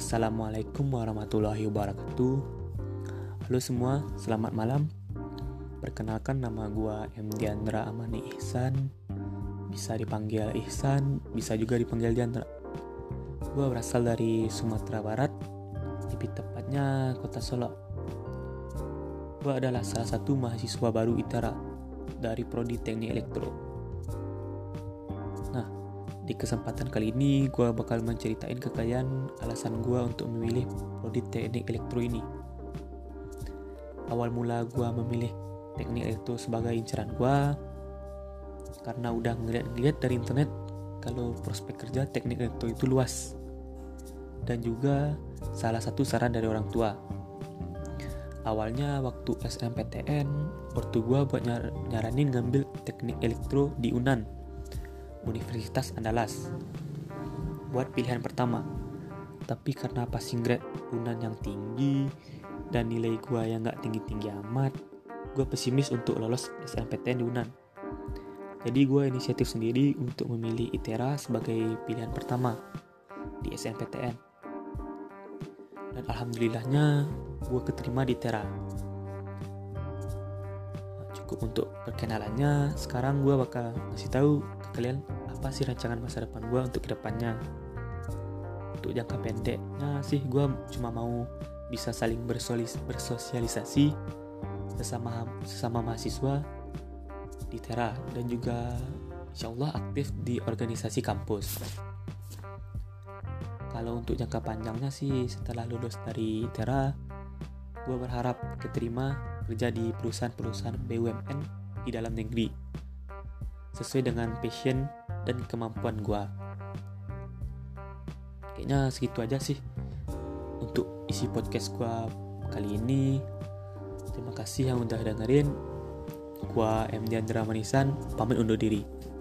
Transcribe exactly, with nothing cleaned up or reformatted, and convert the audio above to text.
Assalamualaikum warahmatullahi wabarakatuh. Halo semua, selamat malam. Perkenalkan, nama gua M. Diandra Amani Ihsan. Bisa dipanggil Ihsan, bisa juga dipanggil Diandra. Gua berasal dari Sumatera Barat, lebih tepatnya Kota Solo. Gua adalah salah satu mahasiswa baru I T E R A dari Prodi Teknik Elektro. Nah, di kesempatan kali ini gue bakal menceritain ke kalian alasan gue untuk memilih Prodi Teknik Elektro ini. Awal mula gue memilih Teknik Elektro sebagai incaran gue karena udah ngeliat-ngeliat dari internet kalau prospek kerja Teknik Elektro itu luas, dan juga salah satu saran dari orang tua. Awalnya waktu S M P T N, ortu gue buat nyar- nyaranin ngambil Teknik Elektro di Unan, Universitas Andalas, buat pilihan pertama. Tapi karena passing grade Unan yang tinggi dan nilai gue yang gak tinggi-tinggi amat, gue pesimis untuk lolos S M P T N di Unan. Jadi gue inisiatif sendiri untuk memilih I T E R A sebagai pilihan pertama di S M P T N. Dan alhamdulillahnya gue keterima di I T E R A. Cukup untuk perkenalannya. Sekarang gue bakal ngasih tahu ke kalian apa sih rancangan masa depan gue untuk kedepannya. Untuk jangka pendeknya sih gue cuma mau bisa saling bersolis, bersosialisasi sesama sesama mahasiswa di I T E R A, dan juga insyaallah aktif di organisasi kampus. Kalau untuk jangka panjangnya sih, setelah lulus dari I T E R A, gue berharap keterima kerja di perusahaan-perusahaan B U M N di dalam negeri sesuai dengan passion dan kemampuan gue. Kayaknya segitu aja sih untuk isi podcast gue kali ini. Terima kasih yang udah dengerin. Gue M. Diandra Manisan, pamit undur diri.